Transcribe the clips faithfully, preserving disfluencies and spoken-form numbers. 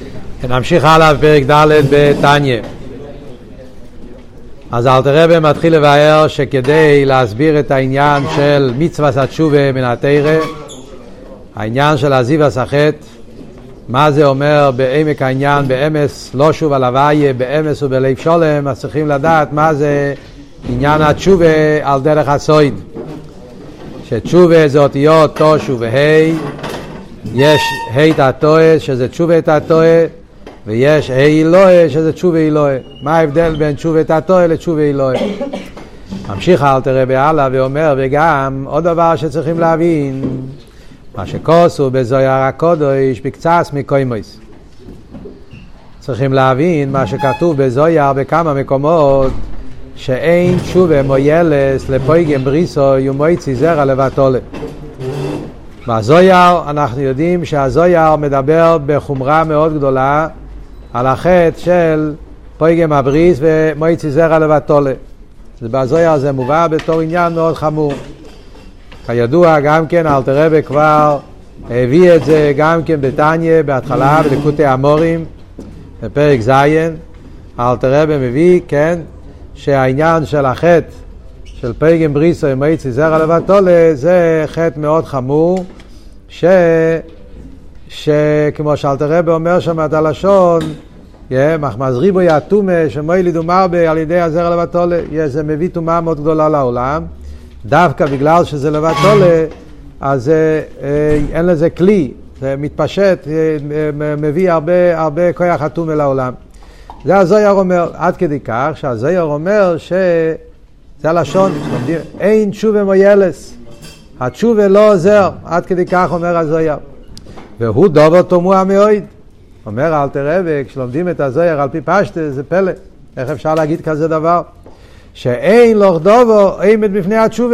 נמשיך הלאה בפרק ד' בתניא. אז אלתר רבי מתחיל לבאר שכדי להסביר את העניין של מצוות התשובה מן התורה, העניין של עזיבת החטא, מה זה אומר בעמק העניין, באמס לא שוב על הוויה, באמס ובלב שולם, אז צריכים לדעת מה זה עניין התשובה על דרך הסויד. שתשובה זה אותיות תוש ובהי, יש ה' תתוה שזה תשובה תתוה, ויש ה' אלוהי שזה תשובה אלוהי. מה ההבדל בין תשובה תתוה לתשובה אלוהי? ממשיך אלתר רבי הלאה ואומר, וגם עוד דבר שצריכים להבין, מה שכוסו בזוהר הקודש בקצת מקוימוס. צריכים להבין מה שכתוב בזוהר בכמה מקומות, שאין תשובה מוילס לפויגם בריסו יומויצי זרע לבטולה. בזוהר אנחנו יודעים שהזוהר מדבר בחומרה מאוד גדולה על החטא של פויגם הבריס ומויצי זרע לבטולה. בזוהר זה מובא בתור עניין מאוד חמור. כידוע גם כן אלתר רבי כבר הביא את זה גם כן בתניא בהתחלה בליקוטי המורים בפרק זין. אלתר רבי מביא כן שהעניין של החטא של פויגם בריסו ומויצי זרע לבטולה זה חטא מאוד חמור, ש שכמו שאלתר רבי אומר שם את הלשון, מחמזרי בו יתומה שמויליד ומרבה על ידי הזרע לבטולה, זה מביא תומה מאוד גדולה לעולם, דווקא בגלל שזה לבטולה אז אין לזה כלי, זה מתפשט, מביא הרבה הרבה כוח התומה לעולם. זה הזוהר אומר, עד כדי כך שהזוהר אומר שזה הלשון, אין תשובה מוילס, התשובה לא עוזר, עד כדי כך אומר הזוהר. והוא דבר תמוה מאוד. אומר אלתר רבי, כשלומדים את הזוהר על פי פשטה, זה פלא. איך אפשר להגיד כזה דבר? שאין לך דבר עמד בפני התשובה.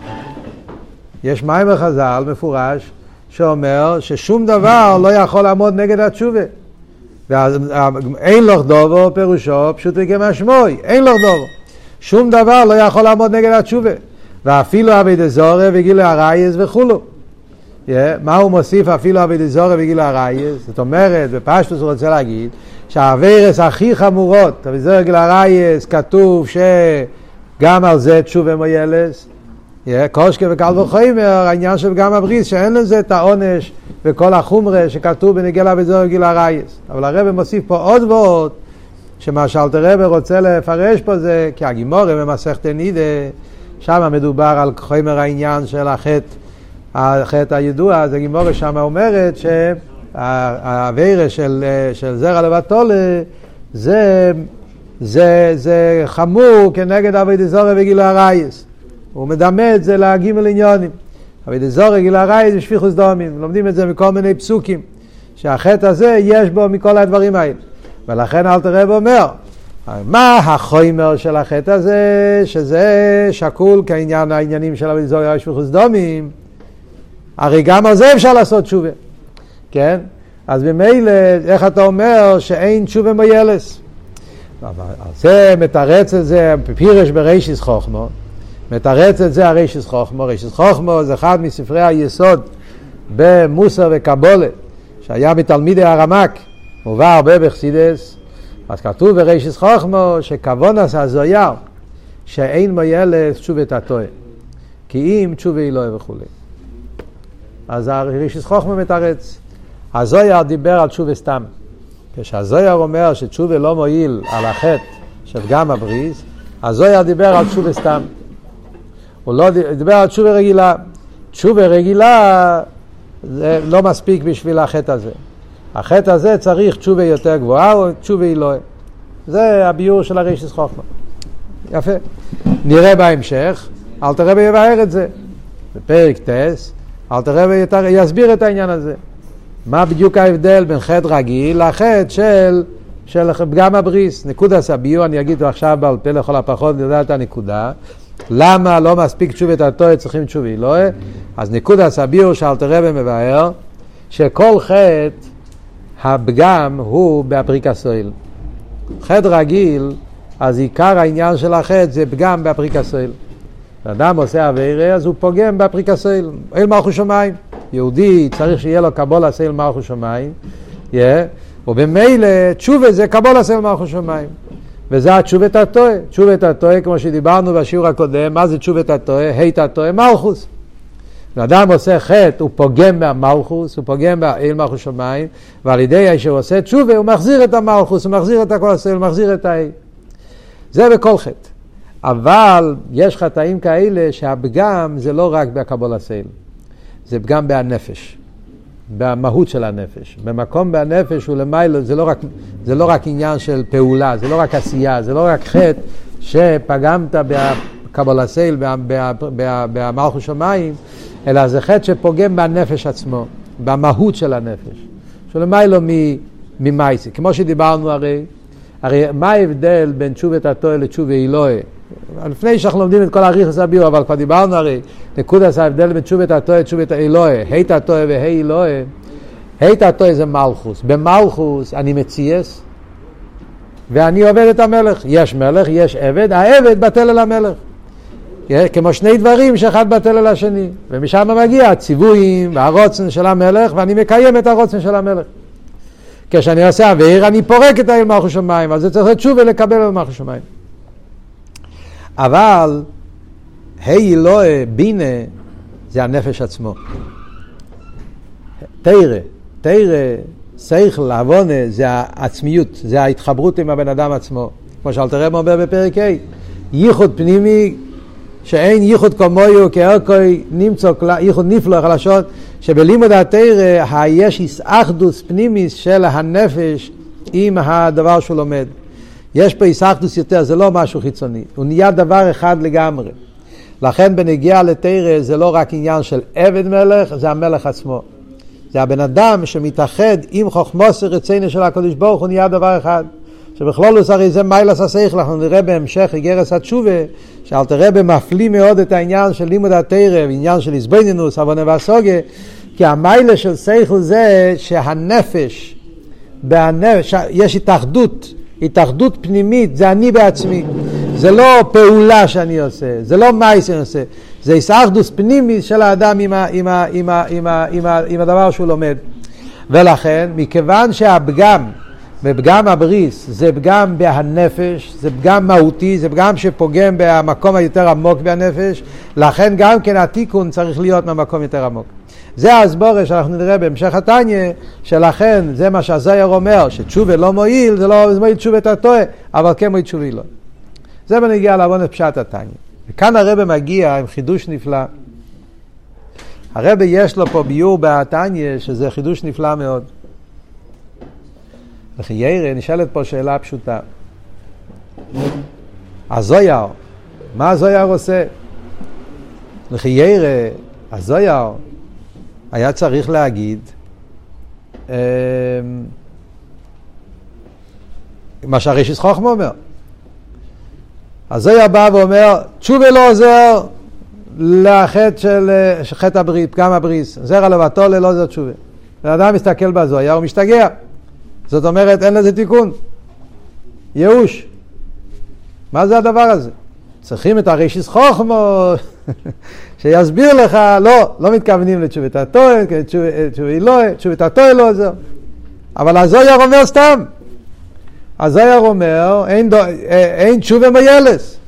יש מים בחז"ל מפורש שאומר ששום דבר לא יכול לעמוד נגד התשובה. ואין לך דבר פירושו פשוט וכמשמעי, אין לך דבר. שום דבר לא יכול לעמוד נגד התשובה. ואפילו עבודת זרה וגילוי עריות וכולו. Yeah, מה הוא מוסיף אפילו עבודת זרה וגילוי עריות? זאת אומרת, בפשטוס הוא רוצה להגיד שהעבירות הכי חמורות, עבודת זרה וגילוי עריות, כתוב שגם על זה תשובה מוילס. Yeah, קושקה וקל וחומר, העניין של גם הבריס, שאין לזה את העונש וכל החומרה שכתוב בנגיע לעבודת זרה וגילוי עריות. אבל הרב מוסיף פה עוד ועוד, שמה שאלתר רבי רוצה לפרש פה זה, כי הגימורה במסכת נידה, שם מדובר על חומר העניין של החטא, החטא הידוע, אז הגימורה שם אומרת שהעבירה של, של זרע לבטולה, זה, זה, זה חמור כנגד עבודת זרה וגילוי עריות. הוא מדמה את זה לגימל עניונים. עבודת זרה וגילוי עריות זה שפיכות דמים. לומדים את זה מכל מיני פסוקים, שהחטא הזה יש בו מכל הדברים האלה. ולכן אלתר רבי אומר, מה החומר של החטא הזה, שזה שקול כעניין העניינים של עבודת זרה ושפיכות דמים, הרי גם על זה אפשר לעשות תשובה. כן? אז במילא, איך אתה אומר שאין תשובה מוילס? זה מתרץ את זה, פירש ברישיס חוכמה, מתרץ את זה הרישיס חוכמה. רישיס חוכמה זה אחד מספרי היסוד במוסר וקבולה, שהיה מתלמידי הרמק, מובא הרבה בחסידס. אז כתוב ברישיס חוכמה שכוונס הזוהר שאין מוילס תשובה תתוה, כי אם תשובה אלוהי וכו'. אז הרישיס חוכמה מתרץ. הזוהר דיבר על תשובה סתם. כשהזוהר אומר שתשובה לא מועיל על החטא של גם הבריס, הזוהר דיבר על תשובה סתם. הוא לא דיבר על תשובה רגילה. תשובה רגילה זה לא מספיק בשביל החטא הזה. החטא הזה צריך תשובה יותר גבוהה או תשובה אלוהי. זה הביור של הרישיס חוכמה. יפה. נראה בהמשך, אלתר רבי יבאר את זה. בפרק טס, אלתר רבי יסביר את העניין הזה. מה בדיוק ההבדל בין חטא רגיל לחטא של, של פגם הבריס. נקודה סביור, אני אגיד עכשיו בעל פה לכל הפחות, נדע את הנקודה. למה לא מספיק תשובת התועה, צריכים תשובה אלוהי? אז נקודה סביור שאלתר רבי מבאר, שכל חטא, הפגם הוא באפריקסויל. חטא רגיל, אז עיקר העניין של החטא זה פגם באפריקסויל. אדם עושה עבירה, אז הוא פוגם באפריקסויל. אל מלכות שמיים. יהודי צריך שיהיה לו קבלה אל מלכות שמיים. Yeah. ובמילא תשובה זה קבול עשה למלכות שמיים. וזה התשובת התועה. תשובת התועה, כמו שדיברנו בשיעור הקודם, מה זה תשובת התועה? היית התועה מלכוס. כשאדם עושה חטא, הוא פוגם במלכוס, הוא פוגם באל מלכות שמיים, ועל ידי שהוא עושה תשובה, הוא מחזיר את המלכוס, הוא מחזיר את הכל עשה, הוא מחזיר את האל. זה בכל חטא. אבל יש חטאים כאלה שהפגם זה לא רק בקבול הסייל, זה פגם בנפש, במהות של הנפש. במקום בנפש הוא למעלה, זה לא רק, זה לא רק עניין של פעולה, זה לא רק עשייה, זה לא רק חטא שפגמת בקבול הסייל, במלכות שמיים, אלא זה חטא שפוגם בנפש עצמו, במהות של הנפש. שהוא למעלה ממייסי. כמו שדיברנו הרי, הרי מה ההבדל בין תשובת התועה לתשובה אלוהי? לפני שאנחנו לומדים את כל הריחס הביור, אבל כבר דיברנו הרי, נקודת ההבדל בין תשובת התועה לתשובת אלוהי, היית התועה והי אלוהי. היית התועה זה מלכוס. במלכוס אני מצייס, ואני עובד את המלך. יש מלך, יש עבד, העבד בטל אל המלך. כמו שני דברים שאחד בטל אל השני. ומשם מגיע הציוויים והרוצן של המלך, ואני מקיים את הרוצן של המלך. כשאני עושה עביר, אני פורק את האל מלכות שמיים, אז זה צריך לתשובה לקבל אל מלכות שמיים. אבל, היי אלוהי בינה, זה הנפש עצמו. תירה, תירה, שכל, עוונה, זה העצמיות, זה ההתחברות עם הבן אדם עצמו. כמו שאלתר רבי אומר בפרק ה', ייחוד פנימי, שאין ייחוד כמוהו כארכוי נמצא ייחוד נפלא חלשות, שבלימוד התורה יש איסאחדוס פנימיס של הנפש עם הדבר שהוא לומד. יש פה איסאחדוס יותר, זה לא משהו חיצוני, הוא נהיה דבר אחד לגמרי. לכן בנגיעה לתורה זה לא רק עניין של עבד מלך, זה המלך עצמו. זה הבן אדם שמתאחד עם חוכמוס רצינו של הקדוש ברוך הוא, נהיה דבר אחד. שבכלולוס הרי זה מיילס השכל, אנחנו נראה בהמשך איגרס התשובה, שאלתר רבי מפליא מאוד את העניין של לימוד התורה, ועניין של איזבנינוס, עוונה והסוגיה, כי המיילס של שכל זה שהנפש, בהנפש, יש התאחדות, התאחדות פנימית, זה אני בעצמי. זה לא פעולה שאני עושה, זה לא מייס שאני עושה, זה איסאחדוס פנימי של האדם עם, ה, עם, ה, עם, ה, עם, ה, עם, ה, עם הדבר שהוא לומד. ולכן, מכיוון שהפגם, בפגם הבריס, זה פגם בהנפש, זה פגם מהותי, זה פגם שפוגם במקום היותר עמוק בהנפש, לכן גם כן התיקון צריך להיות מהמקום יותר עמוק. זה ההסבורה שאנחנו נראה בהמשך התניא, שלכן זה מה שהזוהר אומר, שתשובה לא מועיל, זה לא מועיל תשובת התועה, אבל כן מועיל תשובה לא. זה בנגיע להבון את פשט התניא. וכאן הרב מגיע עם חידוש נפלא. הרב יש לו פה ביור בתניא, שזה חידוש נפלא מאוד. לכי ירא, נשאלת פה שאלה פשוטה. הזוהר, מה הזוהר עושה? לכי ירא, הזוהר היה צריך להגיד מה שהרשיס חוכמה אומר. הזוהר בא ואומר, תשובה לא עוזר לחטא של חטא הברית, פגם הבריס. זרע לבטול לא עוזר תשובה. האדם מסתכל בזוהר, הוא משתגע. זאת אומרת, אין לזה תיקון. ייאוש. מה זה הדבר הזה? צריכים את הרשיס חוכמה שיסביר לך, לא, לא מתכוונים לתשובת התועה, תשובת התועה לא עוזר. אבל הזוהר אומר סתם. הזוהר אומר, אין, דו, אין תשובה מיילס.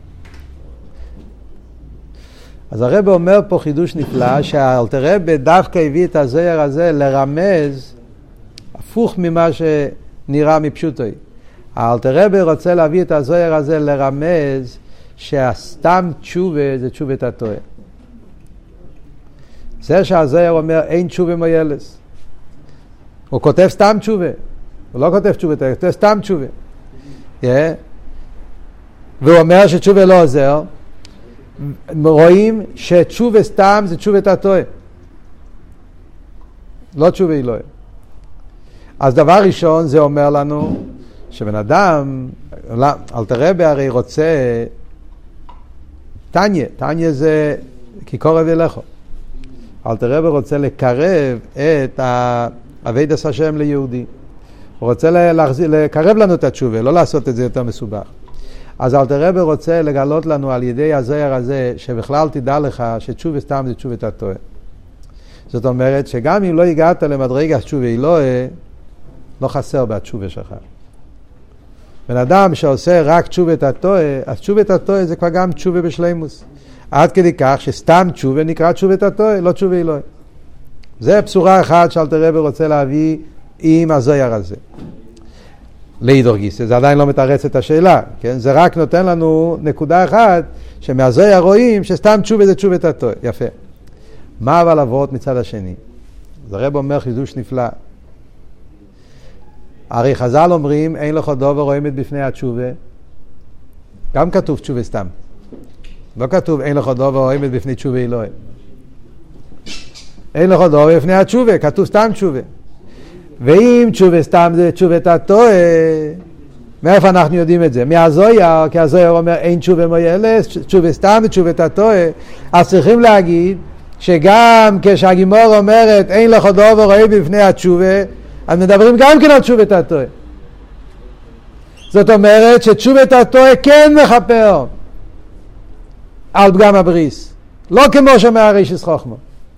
אז הרב אומר פה חידוש נפלא, שהאלתר רבי דווקא הביא את הזוהר הזה לרמז, הפוך ממה שנראה מפשוטוי. האלתר רבי רוצה להביא את הזוהר הזה לרמז, שהסתם תשובה זה תשובת התועה. זה שהזוהר אומר, אין תשובה מיילס. הוא כותב סתם תשובה. הוא לא כותב תשובה, הוא כותב סתם תשובה. Yeah. והוא אומר שתשובה לא עוזר. רואים שתשובה סתם זה תשובת התועה. לא תשובה אלוהי. אז דבר ראשון זה אומר לנו שבן אדם, אלתר רבי הרי רוצה תניא, תניא זה כי קורב אליך. אלתר רבי רוצה לקרב את עבודת השם ליהודי. הוא רוצה להחזיר, לקרב לנו את התשובה, לא לעשות את זה יותר מסובך. אז אלתר רבי רוצה לגלות לנו על ידי הזוהר הזה, שבכלל תדע לך שתשובה סתם זה תשובת התועה. זאת אומרת שגם אם לא הגעת למדרגה תשובה אלוהי, לא חסר בתשובה שלך. בן אדם שעושה רק תשובת התועה, אז תשובת התועה זה כבר גם תשובה בשלימוס. עד כדי כך שסתם תשובה נקרא תשובת התועה, לא תשובה אלוהי. זה בשורה אחת שאלתר רבי רוצה להביא עם הזויר הזה. לאידור גיסא, זה עדיין לא מתרץ את השאלה, כן? זה רק נותן לנו נקודה אחת, שמהזויר רואים שסתם תשובה זה תשובת התועה. יפה. מה אבל עבוד מצד השני? אז הרב אומר חידוש נפלא. הרי חז"ל אומרים, אין לך דובר רואים את בפני התשובה. גם כתוב תשובה סתם. לא כתוב, אין לך דובר רואים את בפני תשובה אלוהי. אין לך דובר בפני התשובה, כתוב סתם תשובה. ואם תשובה סתם זה תשובת התועה, מאיפה אנחנו יודעים את זה? מהזויר, כי הזויר אומר, אין תשובה מוילס, תשובה סתם זה תשובת התועה. אז צריכים להגיד, שגם כשהגימור אומרת, אין לך דובר רואים בפני התשובה, אז מדברים גם כן על תשובת התועה. זאת אומרת שתשובת התועה כן מכפר על פגם הבריס. לא כמו שאומר רישס חוכמה.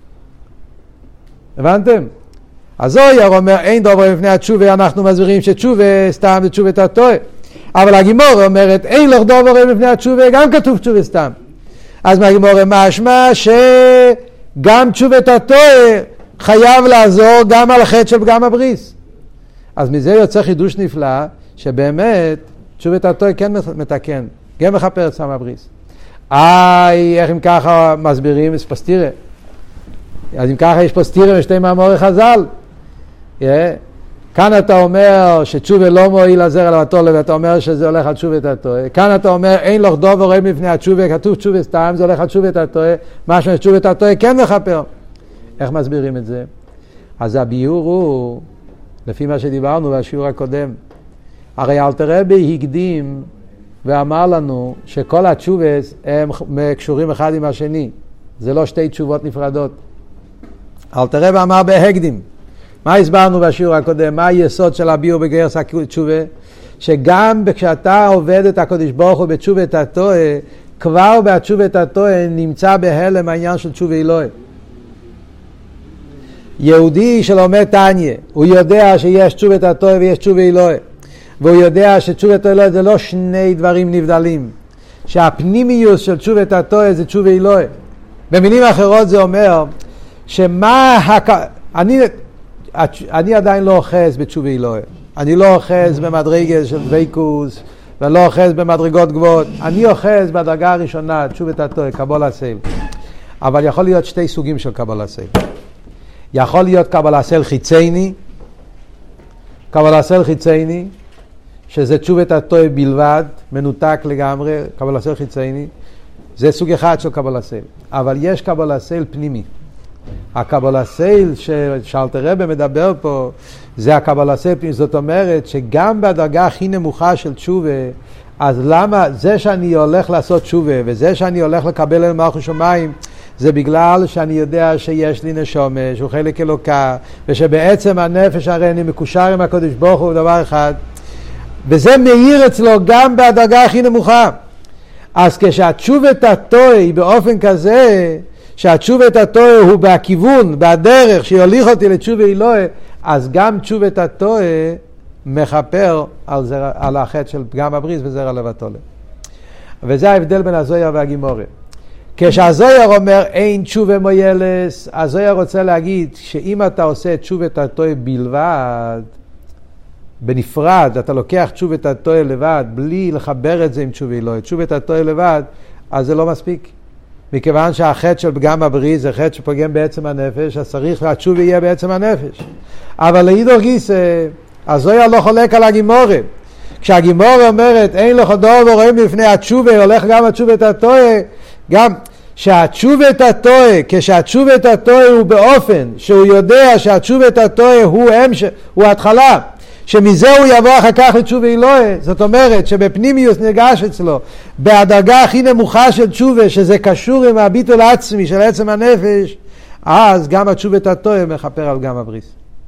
הבנתם? אז זויר אומר, אין דובר בפני התשובה, אנחנו מסבירים שתשובה סתם זה תשובת התועה. אבל הגימור אומרת, אין לך דובר בפני התשובה, גם כתוב תשובה סתם. אז מהגימור משמע שגם תשובת התועה חייב לעזור גם על החטא של פגם הבריס. אז מזה יוצא חידוש נפלא, שבאמת תשובת התועה כן מתקן, גם מכפר את סם הבריס. איי, איך אם ככה מסבירים, יש פה סתירה. אז אם ככה יש פה סתירה ושתי מאמרי חז"ל. Yeah. כאן אתה אומר שתשובה לא מועיל לזרע לבטלה, ואתה אומר שזה הולך על תשובת התועה. כאן אתה אומר, אין לך דובר רואים לפני התשובה, כתוב תשובה סתם, זה הולך על תשובת התועה. משהו שתשובת התועה כן מכפר. איך מסבירים את זה? אז הביור הוא, לפי מה שדיברנו בשיעור הקודם, הרי אלתר רבי הקדים ואמר לנו שכל התשובס הם קשורים אחד עם השני. זה לא שתי תשובות נפרדות. אלתר רבי אמר בהקדים. מה הסברנו בשיעור הקודם? מה היסוד של הביור בגרס התשובה? שגם כשאתה עובד את הקדוש ברוך הוא בתשובת התועה, כבר בתשובת התועה נמצא בהלם העניין של תשובה אלוהי. יהודי שלומד תניא, הוא יודע שיש תשובת התועה ויש תשובה אלוהי. והוא יודע שתשובת אלוהי זה לא שני דברים נבדלים. שהפנימיוס של תשובת התועה זה תשובה אלוהי. במילים אחרות זה אומר שמה הק... אני, אני עדיין לא אוחז בתשובה אלוהי. אני לא אוחז במדרגה של דבקות, ולא אוחז במדרגות גבוהות. אני אוחז בדרגה הראשונה, תשובת התועה, קבלה סייל. אבל יכול להיות שתי סוגים של קבלה סייל. יכול להיות קבלה סייל חיצייני, קבלה סייל חיצייני, שזה תשובת התועה בלבד, מנותק לגמרי, קבלה סייל חיצייני, זה סוג אחד של קבלה סייל. אבל יש קבלה סייל פנימי. הקבלה סייל שאלתר רבי מדבר פה, זה הקבלה סייל פנימי, זאת אומרת שגם בדרגה הכי נמוכה של תשובה, אז למה זה שאני הולך לעשות תשובה, וזה שאני הולך לקבל אל מלכות שמיים, זה בגלל שאני יודע שיש לי נשמה, שהוא חלק אלוקה, ושבעצם הנפש הרי אני מקושר עם הקדוש ברוך הוא דבר אחד, וזה מאיר אצלו גם בדרגה הכי נמוכה. אז כשהתשובת התועה היא באופן כזה, שהתשובת התועה הוא בכיוון, בדרך שיוליך אותי לתשובה אלוהי, אז גם תשובת התועה מכפר על, זרע, על החטא של פגם הבריס וזרע לבטלה. וזה ההבדל בין הזויר והגימורה. כשהזויר אומר אין תשובה מוילס, הזויר רוצה להגיד שאם אתה עושה תשובת התועה בלבד, בנפרד, אתה לוקח תשובת התועה לבד, בלי לחבר את זה עם תשובה אלוהי, תשובת התועה לבד, אז זה לא מספיק. מכיוון שהחטא של פגם הבריס זה חטא שפוגם בעצם הנפש, אז צריך שהתשובה יהיה בעצם הנפש. אבל לאידור גיסא, הזויר לא חולק על הגימורה. כשהגימורה אומרת, אין לך דובר רואים לפני התשובה, הולך גם התשובת התועה, גם שהתשובת התועה, כשהתשובת התועה הוא באופן שהוא יודע שהתשובת התועה הוא המשך, הוא התחלה, שמזה הוא יבוא אחר כך לתשובה אלוהי, זאת אומרת שבפנימיוס נרגש אצלו, בהדרגה הכי נמוכה של תשובה, שזה קשור עם הביטול העצמי של עצם הנפש, אז גם התשובת התועה מכפר על גם הבריס.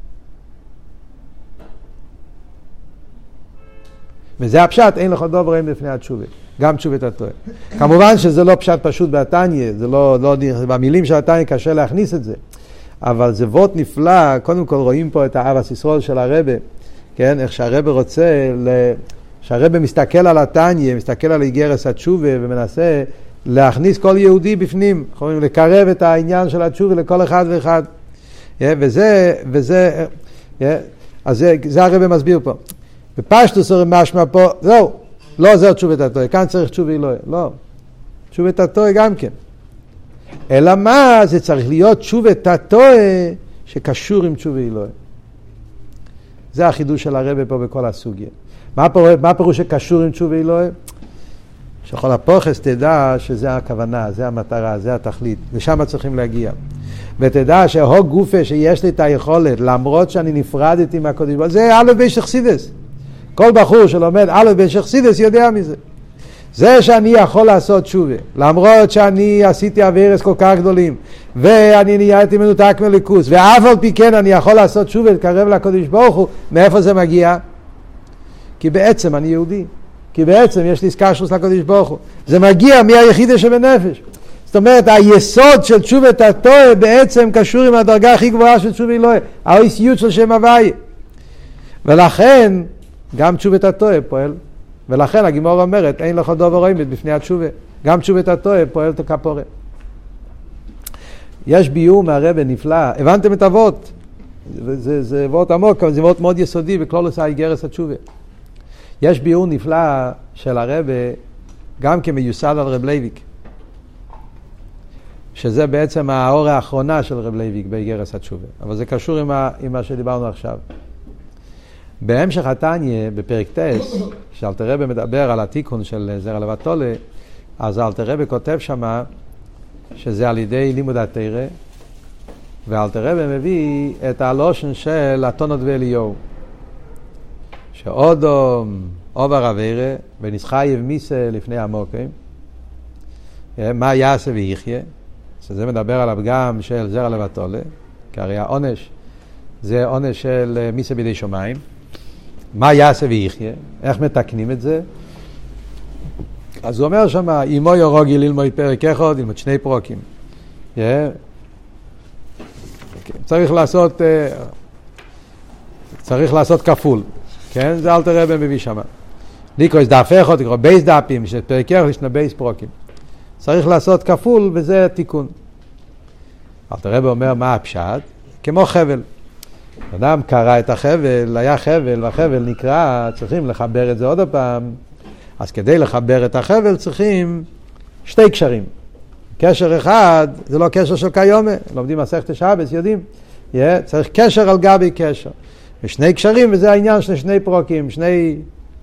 וזה הפשט, אין לך דוברים לפני התשובה, גם תשובת התועה. כמובן שזה לא פשט פשוט בתניא, זה לא, לא, במילים של התניא קשה להכניס את זה, אבל זה וורט נפלא. קודם כל רואים פה את האבס ישראל של הרבי, כן, איך שהרבא רוצה, שהרבא מסתכל על התניא, מסתכל על איגרס התשובה ומנסה להכניס כל יהודי בפנים, יכולים לקרב את העניין של התשובה לכל אחד ואחד. וזה, וזה, אז זה, זה הרבא מסביר פה. בפשטוס משמע פה, לא, לא עוזר תשובת התועה, כאן צריך תשובה אלוהי, לא. תשובת התועה גם כן. אלא מה? זה צריך להיות תשובת התועה שקשור עם תשובה אלוהי. זה החידוש של הרבא פה בכל הסוגיה. מה, מה פירוש שקשור עם תשובה אלוהי? שכל הפוחס תדע שזה הכוונה, זה המטרה, זה התכלית, ושם צריכים להגיע. ותדע שהוג גופה שיש לי את היכולת, למרות שאני נפרדתי מהקודש ברוך הוא, זה א' בן שחסידס. כל בחור שלומד א' בן שחסידס יודע מזה. זה שאני יכול לעשות תשובה, למרות שאני עשיתי עבירות כל כך גדולים, ואני נהייתי מנותק מליכוס, ואף על פי כן אני יכול לעשות תשובה, לקרב לקודש ברוך הוא, מאיפה זה מגיע? כי בעצם אני יהודי. כי בעצם יש לי סקשרוס לקודש ברוך הוא. זה מגיע מהיחידה שבנפש. זאת אומרת, היסוד של תשובת התועה בעצם קשור עם הדרגה הכי גבוהה של תשובה אלוהי, האיסיות של שם הוויה. ולכן, גם תשובת התועה פועל, ולכן הגימור אומרת, אין לך דובר אמת בפני התשובה. גם תשובת התועה פועל כפורה. יש ביור מהרבא נפלא, הבנתם את אבות? זה, זה אבות עמוק, אבל זה אבות מאוד יסודי, בכלול עושה איגרס התשובה. יש ביור נפלא של הרבא, גם כמיוסד על רב לייביק, שזה בעצם האור האחרונה של רב לייביק באיגרס התשובה, אבל זה קשור עם, ה, עם מה שדיברנו עכשיו. בהמשך התניא, בפרק טס, שאלתר רבא מדבר על התיקון של זרע לבטולה, אז אלתר רבא כותב שמה, שזה על ידי לימוד התורה, ואלתר רבא מביא את הלושן של התונות ואליהו, שאודום עובר עבירה ונסחייב מיסה לפני המוקים, מה יעשה ויחיה, שזה מדבר על הפגם של זרע לבטולה, כי הרי העונש זה עונש של מיסה בידי שמיים. מה יעשה ויחיה? איך מתקנים את זה? אז הוא אומר שם, אימו יורוגי ללמוד פרק אחד, ללמוד שני פרוקים. Yeah. Okay. צריך לעשות, צריך לעשות כפול. כן? זה אלתר רבא מביא שם. לקרוא יש דף אחד, לקרוא בייס דפים, שפרק אחד ישנה בייס פרוקים. צריך לעשות כפול, וזה התיקון. אלתר רבא אומר, מה הפשט? כמו חבל. אדם קרא את החבל, היה חבל, והחבל נקרא, צריכים לחבר את זה עוד פעם. אז כדי לחבר את החבל צריכים שתי קשרים. קשר אחד, זה לא קשר של קיומה, לומדים מסכת שבס, יודעים. Yeah, צריך קשר על גבי קשר. ושני קשרים, וזה העניין של שני פרוקים, שני...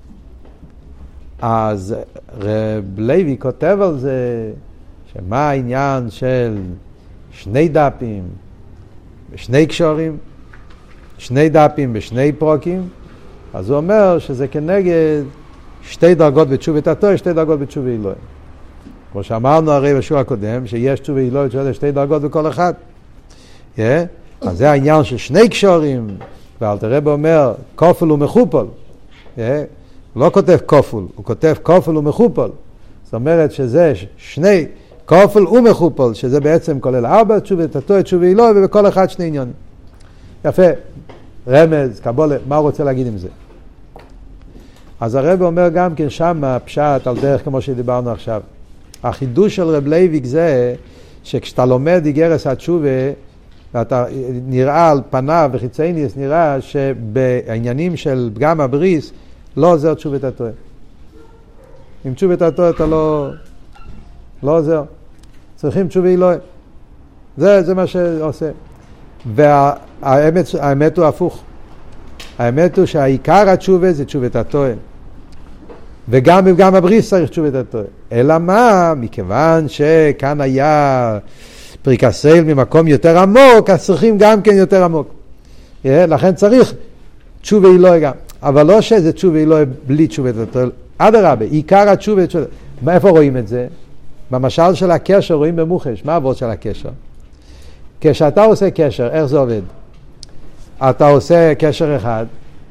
אז רב לוי כותב על זה, שמה העניין של שני דפים ושני קשרים, שני דפים ושני פרוקים, אז הוא אומר שזה כנגד שתי דרגות בתשובת התורה, שתי דרגות בתשובה אלוהי. כמו שאמרנו הרי בשיעור הקודם, שיש תשובה אלוהי שיש שתי דרגות בכל אחד. Yeah? אז זה העניין של שני קשרים, ואלתר רבא אומר, כופל ומכופל. Yeah? הוא לא כותב כופל, הוא כותב כופל ומכופל. זאת אומרת שזה שני, כופל ומכופל, שזה בעצם כולל ארבע תשובת התורה, תשובה אלוהי, ובכל אחד שני עניונים. יפה. רמז, קבולה, מה הוא רוצה להגיד עם זה? אז הרב אומר גם כן שם פשט על דרך כמו שדיברנו עכשיו. החידוש של רב לייביק זה שכשאתה לומד איגרס התשובה ואתה נראה על פניו וחיצייניס נראה שבעניינים של פגם הבריס לא עוזר תשובת התורה. עם תשובת התורה אתה לא לא עוזר. צריכים תשובה אלוהי. זה, זה מה שעושה. והאמת האמת הוא הפוך. האמת הוא שהעיקר התשובה זה תשובת התורה. וגם בפגם הבריס צריך תשובת התורה. אלא מה? מכיוון שכאן היה פריקסל ממקום יותר עמוק, אז צריכים גם כן יותר עמוק. לכן צריך תשובה אלוהי גם. אבל לא שזה תשובה אלוהי בלי תשובת התורה. אדרבה, עיקר התשובה, איפה רואים את זה? במשל של הקשר רואים במוחש. מה העבוד של הקשר? כשאתה עושה קשר, איך זה עובד? אתה עושה קשר אחד,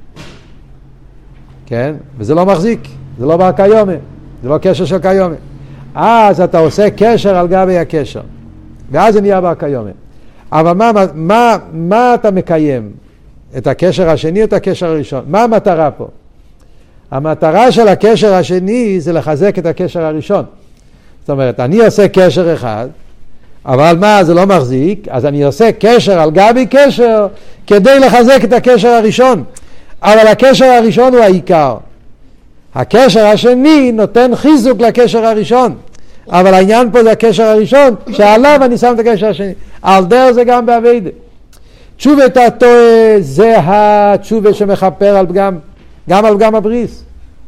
כן? וזה לא מחזיק, זה לא בר קיומה, זה לא קשר של קיומה. אז אתה עושה קשר על גבי הקשר, ואז זה נהיה בר קיומה. אבל מה, מה, מה אתה מקיים? את הקשר השני, את הקשר הראשון. מה המטרה פה? המטרה של הקשר השני זה לחזק את הקשר הראשון. זאת אומרת, אני עושה קשר אחד, אבל מה, זה לא מחזיק, אז אני עושה קשר על גבי קשר כדי לחזק את הקשר הראשון. אבל הקשר הראשון הוא העיקר. הקשר השני נותן חיזוק לקשר הראשון. אבל העניין פה זה הקשר הראשון, שעליו אני שם את הקשר השני. על דרך זה גם בעבודה. תשובת הטועה זה התשובה שמחפר על פגם, גם על פגם הבריס.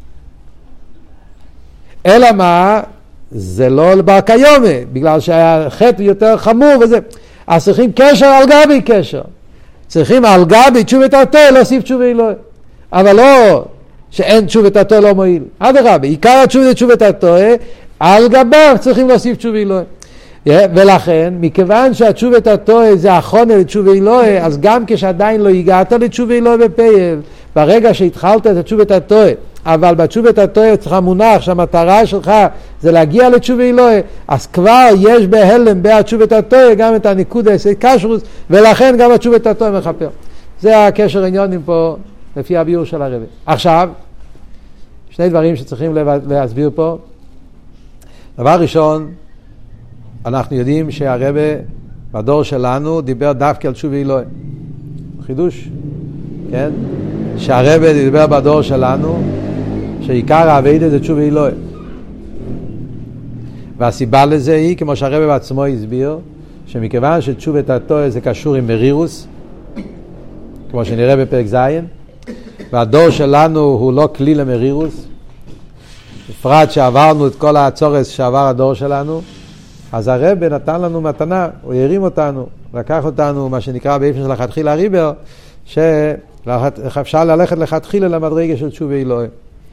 אלא מה? זה לא בר כיומה, בגלל שהחטא יותר חמור וזה. אז צריכים קשר על גבי קשר. צריכים על גבי תשובת הטועה להוסיף תשובה אלוהי. אבל לא שאין תשובת הטועה לא מועיל. עד הרבה, עיקר התשובה זה תשובת הטועה, על גביו צריכים להוסיף תשובה אלוהי. ולכן, מכיוון שהתשובת הטועה זה החונה לתשובה אלוהי, אז גם כשעדיין לא הגעת לתשובה אלוהי בפייל, ברגע שהתחלת את התשובת הטועה, אבל בתשובת הטועה צריך מונח שהמטרה שלך זה להגיע לתשובה אלוהי, אז כבר יש בהלם בהתשובת הטועה גם את הניקודה, את קשרוס, ולכן גם התשובת הטועה מחפר. זה הקשר עניונים פה, לפי הביור של הרבי. עכשיו, שני דברים שצריכים להסביר פה. דבר ראשון, אנחנו יודעים שהרבי בדור שלנו דיבר דווקא על תשובה אלוהי. חידוש, כן? שהרבי דיבר בדור שלנו שעיקר העבודה זה תשובה אלוהי. והסיבה לזה היא, כמו שהרבי בעצמו הסביר, שמכיוון שתשובת הטועה זה קשור עם מרירוס, כמו שנראה בפרק זין, והדור שלנו הוא לא כלי למרירוס, בפרט שעברנו את כל הצורס שעבר הדור שלנו, אז הרבי נתן לנו מתנה, הוא הרים אותנו, לקח אותנו, מה שנקרא באיפן של לכתחילה ריבר, שאפשר ללכת לכתחילה למדרגה של תשובה אלוהי.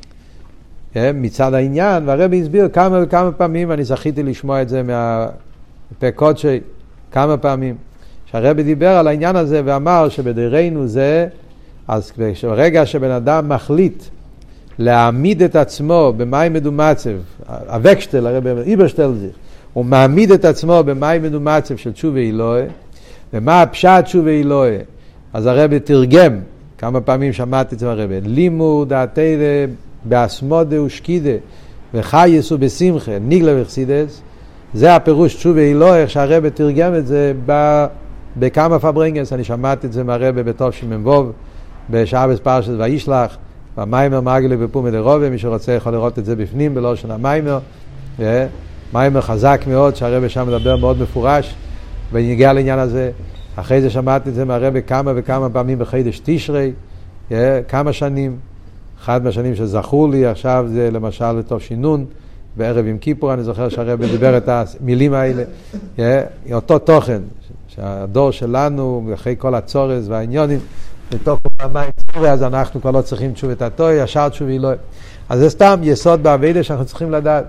מצד העניין, והרבי הסביר כמה וכמה פעמים, אני זכיתי לשמוע את זה מהפה קודשי, כמה פעמים, שהרבי דיבר על העניין הזה ואמר שבדרנו זה, אז ברגע שבן אדם מחליט להעמיד את עצמו במים מדומצב, הווקשטל, הרבי איברשטל זה, הוא מעמיד את עצמו במים מדומצב של תשובה אלוהי, ומה הפשט תשובה אלוהי? אז הרבי תרגם, כמה פעמים שמעתי את זה הרבי, לימוד התורה באסמודה ושקידה, וחייס ובשמחה, ניגלה וחסידס, זה הפירוש תשובה אלוהי, איך שהרבי תרגם את זה ב, בכמה פברנגס, אני שמעתי את זה מהרבי בתוף שמנבוב, בשעה בפרשת וישלח, במיימר מגלה בפומי דרובה, מי שרוצה יכול לראות את זה בפנים, בלושן המיימר, מיימר חזק מאוד, שהרבי שם מדבר מאוד מפורש, ונגיע לעניין הזה. אחרי זה שמעתי את זה מהרבי כמה וכמה פעמים בחידש תשרי, כמה שנים, אחד מהשנים שזכו לי, עכשיו זה למשל לטוב שינון, בערב עם כיפור, אני זוכר שהרבי דיבר את המילים האלה, אותו תוכן, שהדור שלנו, אחרי כל הצורס והעניונים, לתוך המים צורי, אז אנחנו כבר לא צריכים תשובת הטועה, ישר תשובה אלוהי. אז זה סתם יסוד בעבודה שאנחנו צריכים לדעת.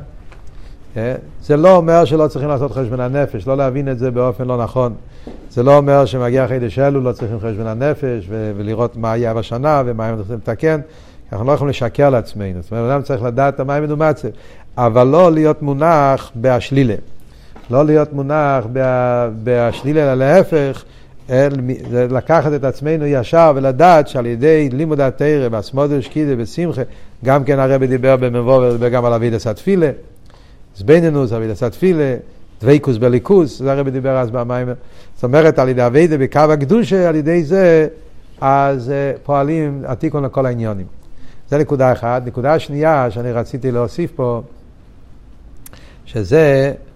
זה לא אומר שלא צריכים לעשות חשבון הנפש, לא להבין את זה באופן לא נכון. זה לא אומר שמגיע חידש אלול, לא צריכים חשבון הנפש, ו- ולראות מה היה בשנה ומה הם צריכים לתקן. אנחנו לא יכולים לשקר לעצמנו. זאת אומרת, אדם צריך לדעת מה הם מדומצב, אבל לא להיות מונח בהשלילה. לא להיות מונח בהשלילה, אלא להפך, לקחת את עצמנו ישר ולדעת שעל ידי לימוד התורה באסמודה ושקידה בשמחה, גם כן הרבי דיבר במבוא ודיבר גם על אבידס התפילה, זבנינוס, אבידס התפילה, דוויקוס בליכוס, זה הרבי דיבר אז במיימר. זאת אומרת, על ידי אבידה בקו הקדושה, על ידי זה, אז פועלים התיקון לכל העניונים. זה נקודה אחת. נקודה שנייה שאני רציתי להוסיף פה, שזה